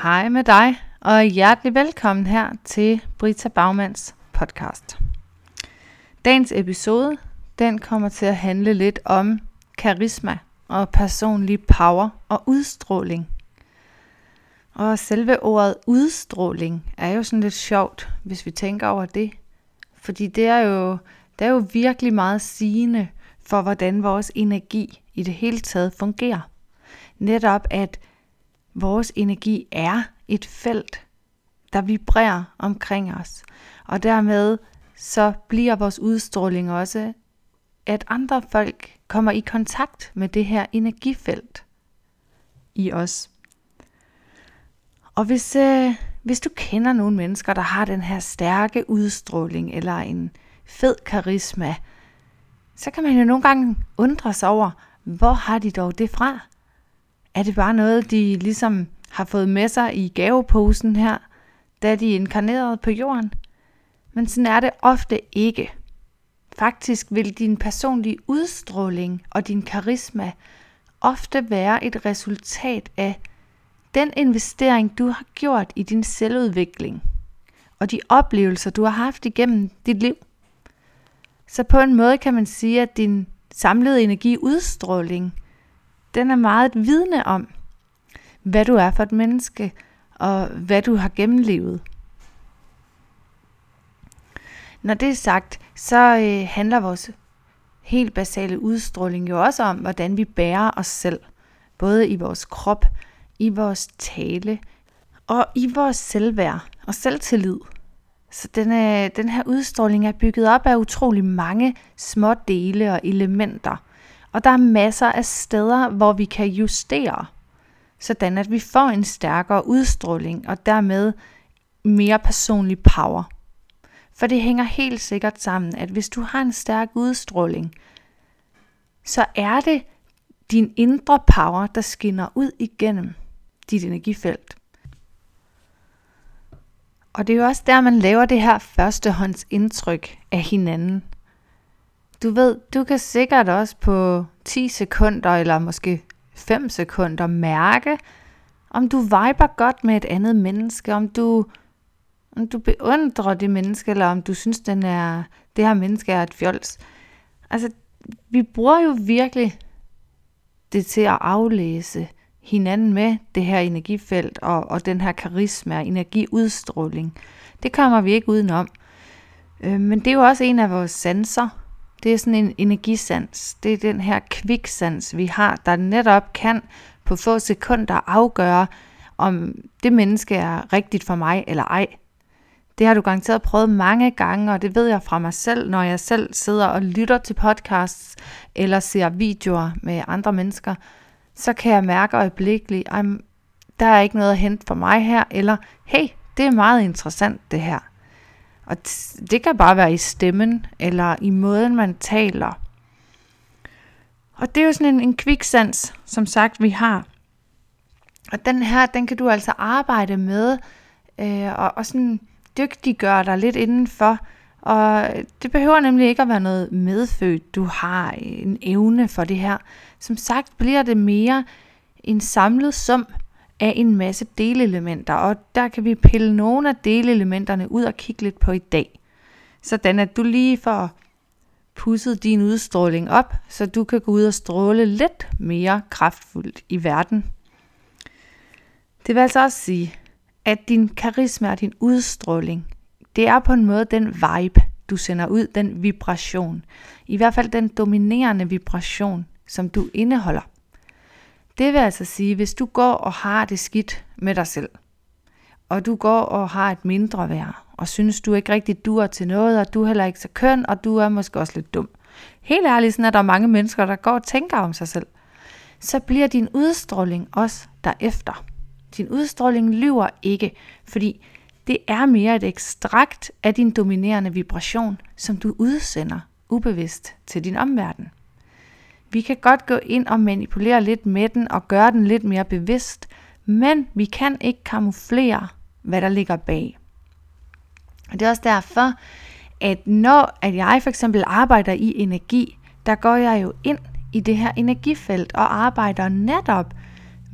Hej med dig, og hjertelig velkommen her til Britta Bagmans podcast. Dagens episode, den kommer til at handle lidt om karisma og personlig power og udstråling. Og selve ordet udstråling er jo sådan lidt sjovt, hvis vi tænker over det. Fordi det er jo virkelig meget sigende for, hvordan vores energi i det hele taget fungerer. Netop at vores energi er et felt, der vibrerer omkring os. Og dermed så bliver vores udstråling også, at andre folk kommer i kontakt med det her energifelt i os. Og hvis du kender nogle mennesker, der har den her stærke udstråling eller en fed karisma, så kan man jo nogle gange undre sig over, hvor har de dog det fra? Er det bare noget, de ligesom har fået med sig i gaveposen her, da de inkarnerede på jorden? Men sådan er det ofte ikke. Faktisk vil din personlige udstråling og din karisma ofte være et resultat af den investering, du har gjort i din selvudvikling og de oplevelser, du har haft igennem dit liv. Så på en måde kan man sige, at din samlede energiudstråling, den er meget et vidne om, hvad du er for et menneske, og hvad du har gennemlevet. Når det er sagt, så handler vores helt basale udstråling jo også om, hvordan vi bærer os selv. Både i vores krop, i vores tale og i vores selvværd og selvtillid. Så den her udstråling er bygget op af utrolig mange små dele og elementer. Og der er masser af steder, hvor vi kan justere, sådan at vi får en stærkere udstråling og dermed mere personlig power. For det hænger helt sikkert sammen, at hvis du har en stærk udstråling, så er det din indre power, der skinner ud igennem dit energifelt. Og det er jo også der, man laver det her førstehåndsindtryk af hinanden. Du ved, du kan sikkert også på 10 sekunder eller måske 5 sekunder mærke, om du viber godt med et andet menneske, om du beundrer det menneske, eller om du synes, det her menneske er et fjols. Altså, vi bruger jo virkelig det til at aflæse hinanden med det her energifelt og den her karisma og energiudstråling. Det kommer vi ikke udenom. Men det er jo også en af vores sanser. Det er sådan en energisans. Det er den her kviksans, vi har, der netop kan på få sekunder afgøre, om det menneske er rigtigt for mig eller ej. Det har du garanteret prøvet mange gange, og det ved jeg fra mig selv, når jeg selv sidder og lytter til podcasts eller ser videoer med andre mennesker, så kan jeg mærke øjeblikkeligt, der er ikke noget at hente for mig her, eller hey, det er meget interessant det her. Og det kan bare være i stemmen, eller i måden man taler. Og det er jo sådan en kviksans, som sagt, vi har. Og den her, den kan du altså arbejde med, og sådan dygtiggøre dig lidt indenfor. Og det behøver nemlig ikke at være noget medfødt, du har en evne for det her. Som sagt bliver det mere en samlet sum af en masse delelementer, og der kan vi pille nogle af delelementerne ud og kigge lidt på i dag. Sådan at du lige får pudset din udstråling op, så du kan gå ud og stråle lidt mere kraftfuldt i verden. Det vil altså også sige, at din karisma og din udstråling, det er på en måde den vibe, du sender ud, den vibration. I hvert fald den dominerende vibration, som du indeholder. Det vil altså sige, hvis du går og har det skidt med dig selv, og du går og har et mindre værd, og synes du ikke rigtig duer til noget, og du er heller ikke så køn, og du er måske også lidt dum. Helt ærligt, sådan er der mange mennesker, der går og tænker om sig selv. Så bliver din udstråling også derefter. Din udstråling lyver ikke, fordi det er mere et ekstrakt af din dominerende vibration, som du udsender ubevidst til din omverden. Vi kan godt gå ind og manipulere lidt med den og gøre den lidt mere bevidst, men vi kan ikke kamuflere, hvad der ligger bag. Og det er også derfor, at når jeg for eksempel arbejder i energi, der går jeg jo ind i det her energifelt og arbejder netop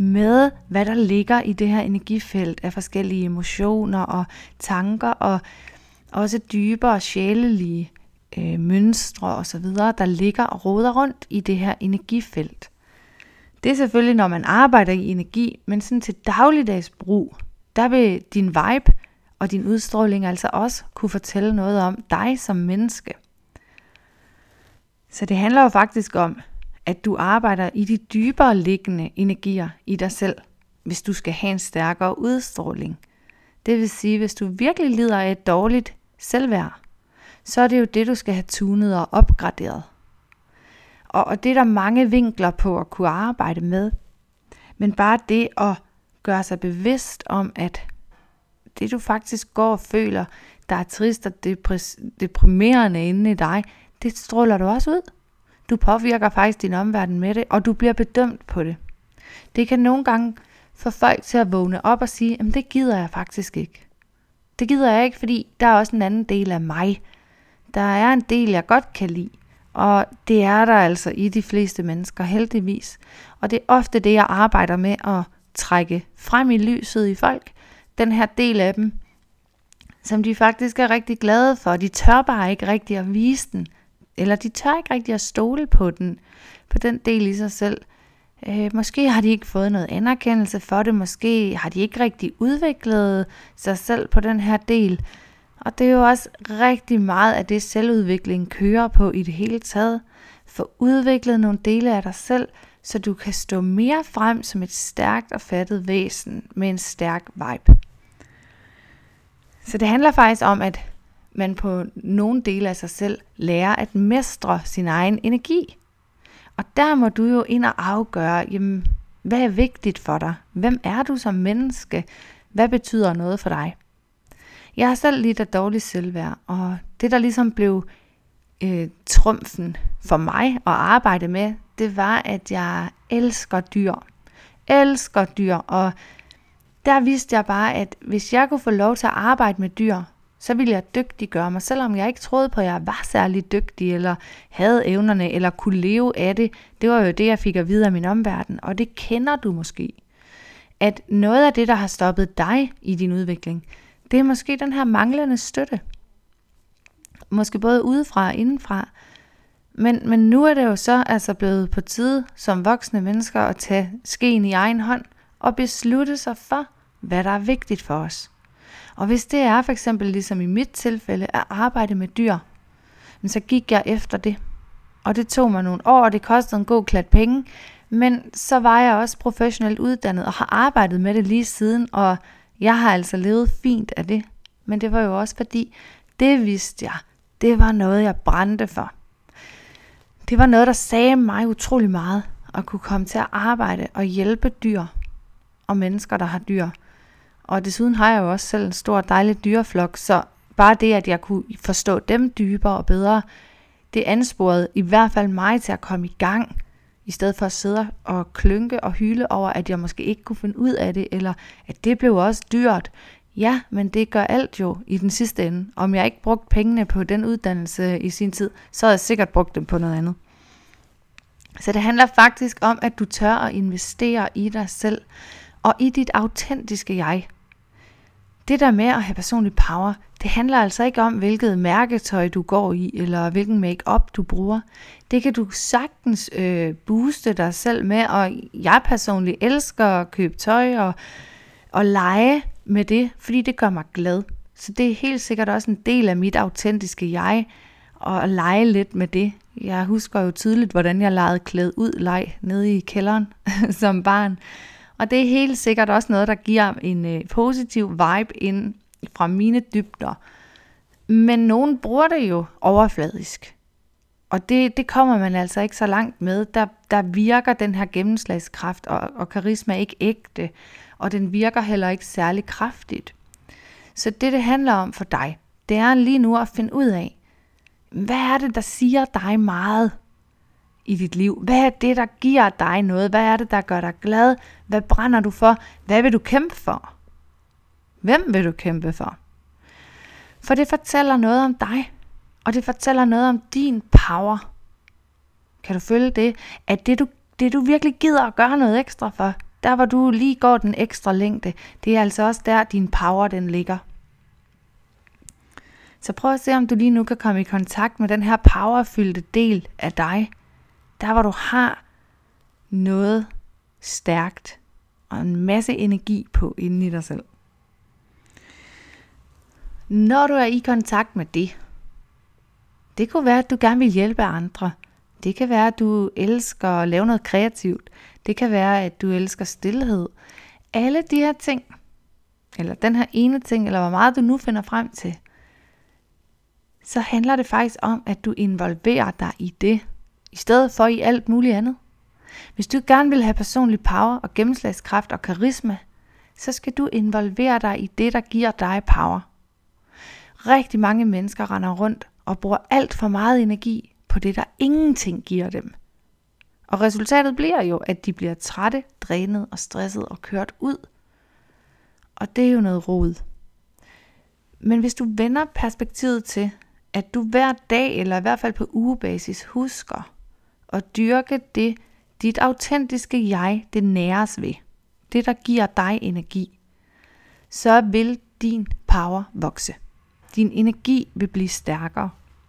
med, hvad der ligger i det her energifelt af forskellige emotioner og tanker, og også dybere sjælelige mønstre og så videre, der ligger og roder rundt i det her energifelt. Det er selvfølgelig, når man arbejder i energi, men sådan til dagligdags brug, der vil din vibe og din udstråling altså også kunne fortælle noget om dig som menneske. Så det handler jo faktisk om, at du arbejder i de dybere liggende energier i dig selv, hvis du skal have en stærkere udstråling. Det vil sige, hvis du virkelig lider af et dårligt selvværd, så er det jo det, du skal have tunet og opgraderet. Og det er der mange vinkler på at kunne arbejde med. Men bare det at gøre sig bevidst om, at det du faktisk går og føler, der er trist og deprimerende inde i dig, det stråler du også ud. Du påvirker faktisk din omverden med det, og du bliver bedømt på det. Det kan nogle gange få folk til at vågne op og sige, jamen det gider jeg faktisk ikke. Det gider jeg ikke, fordi der er også en anden del af mig. Der er en del, jeg godt kan lide. Og det er der altså i de fleste mennesker, heldigvis. Og det er ofte det, jeg arbejder med at trække frem i lyset i folk. Den her del af dem, som de faktisk er rigtig glade for. De tør bare ikke rigtig at vise den. Eller de tør ikke rigtig at stole på den del i sig selv. Måske har de ikke fået noget anerkendelse for det. Måske har de ikke rigtig udviklet sig selv på den her del. Og det er jo også rigtig meget af det, selvudvikling kører på i det hele taget. Få udviklet nogle dele af dig selv, så du kan stå mere frem som et stærkt og fattet væsen med en stærk vibe. Så det handler faktisk om, at man på nogle dele af sig selv lærer at mestre sin egen energi. Og der må du jo ind og afgøre, jamen, hvad er vigtigt for dig? Hvem er du som menneske? Hvad betyder noget for dig? Jeg har selv lidt af dårligt selvværd, og det der ligesom blev trumfen for mig at arbejde med, det var, at jeg elsker dyr. Og der vidste jeg bare, at hvis jeg kunne få lov til at arbejde med dyr, så ville jeg dygtiggøre mig, selvom jeg ikke troede på, at jeg var særlig dygtig, eller havde evnerne, eller kunne leve af det. Det var jo det, jeg fik at vide af min omverden, og det kender du måske. At noget af det, der har stoppet dig i din udvikling, det er måske den her manglende støtte. Måske både udefra og indenfra. Men nu er det jo så altså blevet på tide som voksne mennesker at tage skeen i egen hånd og beslutte sig for, hvad der er vigtigt for os. Og hvis det er for eksempel ligesom i mit tilfælde at arbejde med dyr, så gik jeg efter det. Og det tog mig nogle år, og det kostede en god klat penge. Men så var jeg også professionelt uddannet og har arbejdet med det lige siden, og jeg har altså levet fint af det. Men det var jo også fordi, det vidste jeg, det var noget jeg brændte for. Det var noget der sagde mig utrolig meget, at kunne komme til at arbejde og hjælpe dyr og mennesker der har dyr. Og desuden har jeg jo også selv en stor dejlig dyreflok, så bare det at jeg kunne forstå dem dybere og bedre, det ansporede i hvert fald mig til at komme i gang. I stedet for at sidde og klynke og hyle over, at jeg måske ikke kunne finde ud af det, eller at det blev også dyrt. Ja, men det gør alt jo i den sidste ende. Om jeg ikke brugte pengene på den uddannelse i sin tid, så havde jeg sikkert brugt dem på noget andet. Så det handler faktisk om, at du tør at investere i dig selv, og i dit autentiske jeg. Det der med at have personlig power, det handler altså ikke om, hvilket mærketøj du går i, eller hvilken make-up du bruger. Det kan du sagtens booste dig selv med, og jeg personligt elsker at købe tøj og lege med det, fordi det gør mig glad. Så det er helt sikkert også en del af mit autentiske jeg, at lege lidt med det. Jeg husker jo tydeligt, hvordan jeg legede klæde ud leg nede i kælderen som barn. Og det er helt sikkert også noget, der giver en positiv vibe ind fra mine dybder. Men nogen bruger det jo overfladisk. Og det kommer man altså ikke så langt med. Der virker den her gennemslagskraft og karisma ikke ægte. Og den virker heller ikke særlig kraftigt. Så det handler om for dig, det er lige nu at finde ud af, hvad er det, der siger dig meget i dit liv? Hvad er det, der giver dig noget? Hvad er det, der gør dig glad? Hvad brænder du for? Hvad vil du kæmpe for? Hvem vil du kæmpe for? For det fortæller noget om dig, og det fortæller noget om din power. Kan du følge det? At det du virkelig gider at gøre noget ekstra for, der hvor du lige går den ekstra længde, det er altså også der din power den ligger. Så prøv at se om du lige nu kan komme i kontakt med den her powerfyldte del af dig, der hvor du har noget stærkt og en masse energi på inde i dig selv. Når du er i kontakt med det kunne være, at du gerne vil hjælpe andre. Det kan være, at du elsker at lave noget kreativt. Det kan være, at du elsker stilhed. Alle de her ting, eller den her ene ting, eller hvor meget du nu finder frem til, så handler det faktisk om, at du involverer dig i det, i stedet for i alt muligt andet. Hvis du gerne vil have personlig power og gennemslagskraft og karisma, så skal du involvere dig i det, der giver dig power. Rigtig mange mennesker render rundt og bruger alt for meget energi på det, der ingenting giver dem. Og resultatet bliver jo, at de bliver trætte, drænet og stresset og kørt ud. Og det er jo noget rod. Men hvis du vender perspektivet til, at du hver dag, eller i hvert fald på ugebasis, husker at dyrke det, dit autentiske jeg, det næres ved, det der giver dig energi, så vil din power vokse. Din energi vil blive stærkere.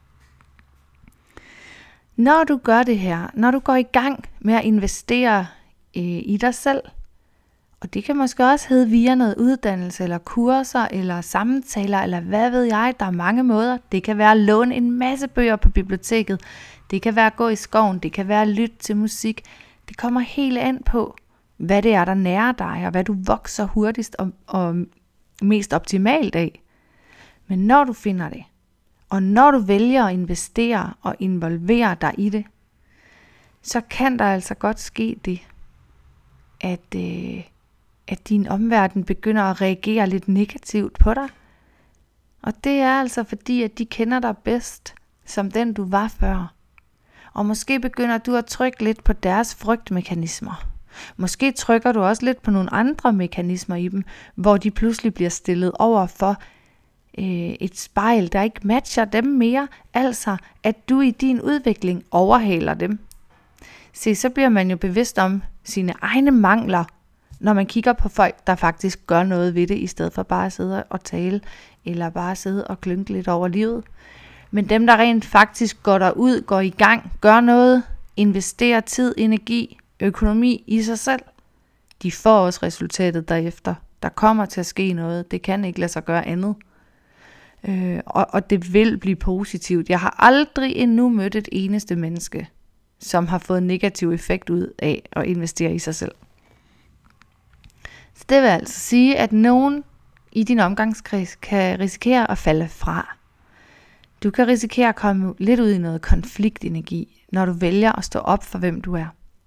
Når du gør det her, når du går i gang med at investere i dig selv, og det kan måske også hedde via noget uddannelse, eller kurser, eller samtaler, eller hvad ved jeg, der er mange måder. Det kan være at låne en masse bøger på biblioteket, det kan være at gå i skoven, det kan være at lytte til musik. Det kommer helt an på, hvad det er, der nærer dig, og hvad du vokser hurtigst og mest optimalt af. Men når du finder det, og når du vælger at investere og involvere dig i det, så kan der altså godt ske det, at din omverden begynder at reagere lidt negativt på dig. Og det er altså fordi, at de kender dig bedst, som den du var før. Og måske begynder du at trykke lidt på deres frygtmekanismer. Måske trykker du også lidt på nogle andre mekanismer i dem, hvor de pludselig bliver stillet over for et spejl, der ikke matcher dem mere. Altså, at du i din udvikling overhaler dem. Se, så bliver man jo bevidst om sine egne mangler, når man kigger på folk, der faktisk gør noget ved det, i stedet for bare at sidde og tale, eller bare sidde og klynke lidt over livet. Men dem, der rent faktisk går derud, går i gang, gør noget, investerer tid, energi, økonomi i sig selv, de får også resultatet derefter. Der kommer til at ske noget. Det kan ikke lade sig gøre andet. Og det vil blive positivt. Jeg har aldrig endnu mødt et eneste menneske, som har fået negativ effekt ud af at investere i sig selv. Så det vil altså sige, at nogen i din omgangskreds kan risikere at falde fra. Du kan risikere at komme lidt ud i noget konfliktenergi, når du vælger at stå op for, hvem du er.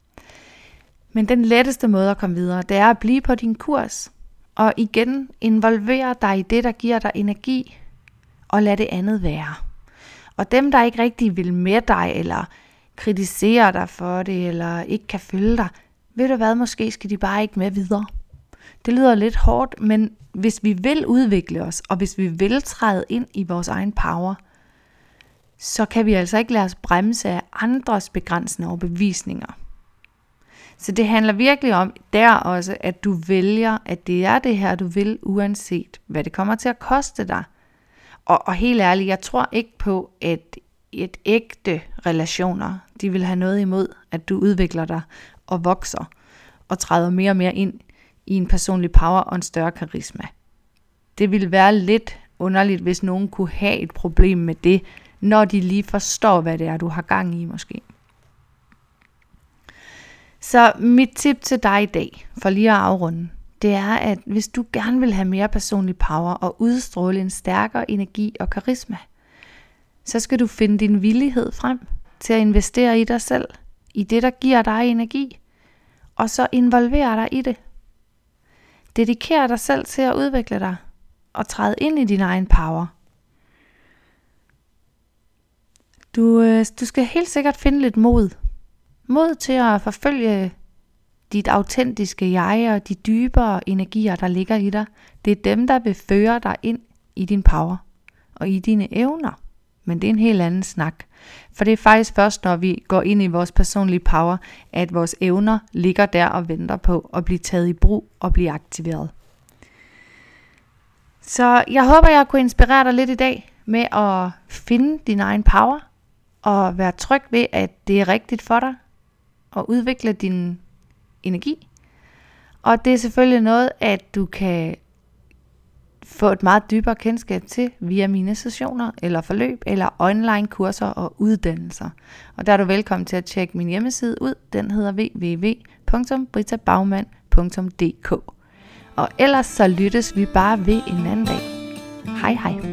Men den letteste måde at komme videre, det er at blive på din kurs. Og igen involvere dig i det, der giver dig energi, og lad det andet være. Og dem, der ikke rigtig vil med dig, eller kritiserer dig for det, eller ikke kan følge dig, ved du hvad, måske skal de bare ikke med videre. Det lyder lidt hårdt, men hvis vi vil udvikle os, og hvis vi vil træde ind i vores egen power, så kan vi altså ikke lade os bremse af andres begrænsende overbevisninger. Så det handler virkelig om der også, at du vælger, at det er det her, du vil, uanset hvad det kommer til at koste dig. Og helt ærligt, jeg tror ikke på, at et ægte relationer, de vil have noget imod, at du udvikler dig og vokser og træder mere og mere ind i en personlig power og en større karisma. Det ville være lidt underligt, hvis nogen kunne have et problem med det, når de lige forstår, hvad det er, du har gang i måske. Så mit tip til dig i dag, for lige at afrunde, det er, at hvis du gerne vil have mere personlig power og udstråle en stærkere energi og karisma, så skal du finde din villighed frem til at investere i dig selv, i det, der giver dig energi, og så involvere dig i det. Dediker dig selv til at udvikle dig og træde ind i din egen power. Du skal helt sikkert finde lidt mod. Mod til at forfølge dit autentiske jeg og de dybere energier, der ligger i dig. Det er dem, der vil føre dig ind i din power og i dine evner. Men det er en helt anden snak. For det er faktisk først, når vi går ind i vores personlige power, at vores evner ligger der og venter på at blive taget i brug og blive aktiveret. Så jeg håber, jeg kunne inspirere dig lidt i dag med at finde din egen power og være tryg ved, at det er rigtigt for dig og udvikle din energi. Og det er selvfølgelig noget, at du kan få et meget dybere kendskab til via mine sessioner eller forløb eller online kurser og uddannelser. Og der er du velkommen til at tjekke min hjemmeside ud. Den hedder www.britabaumann.dk. Og ellers så lyttes vi bare ved en anden dag. Hej hej.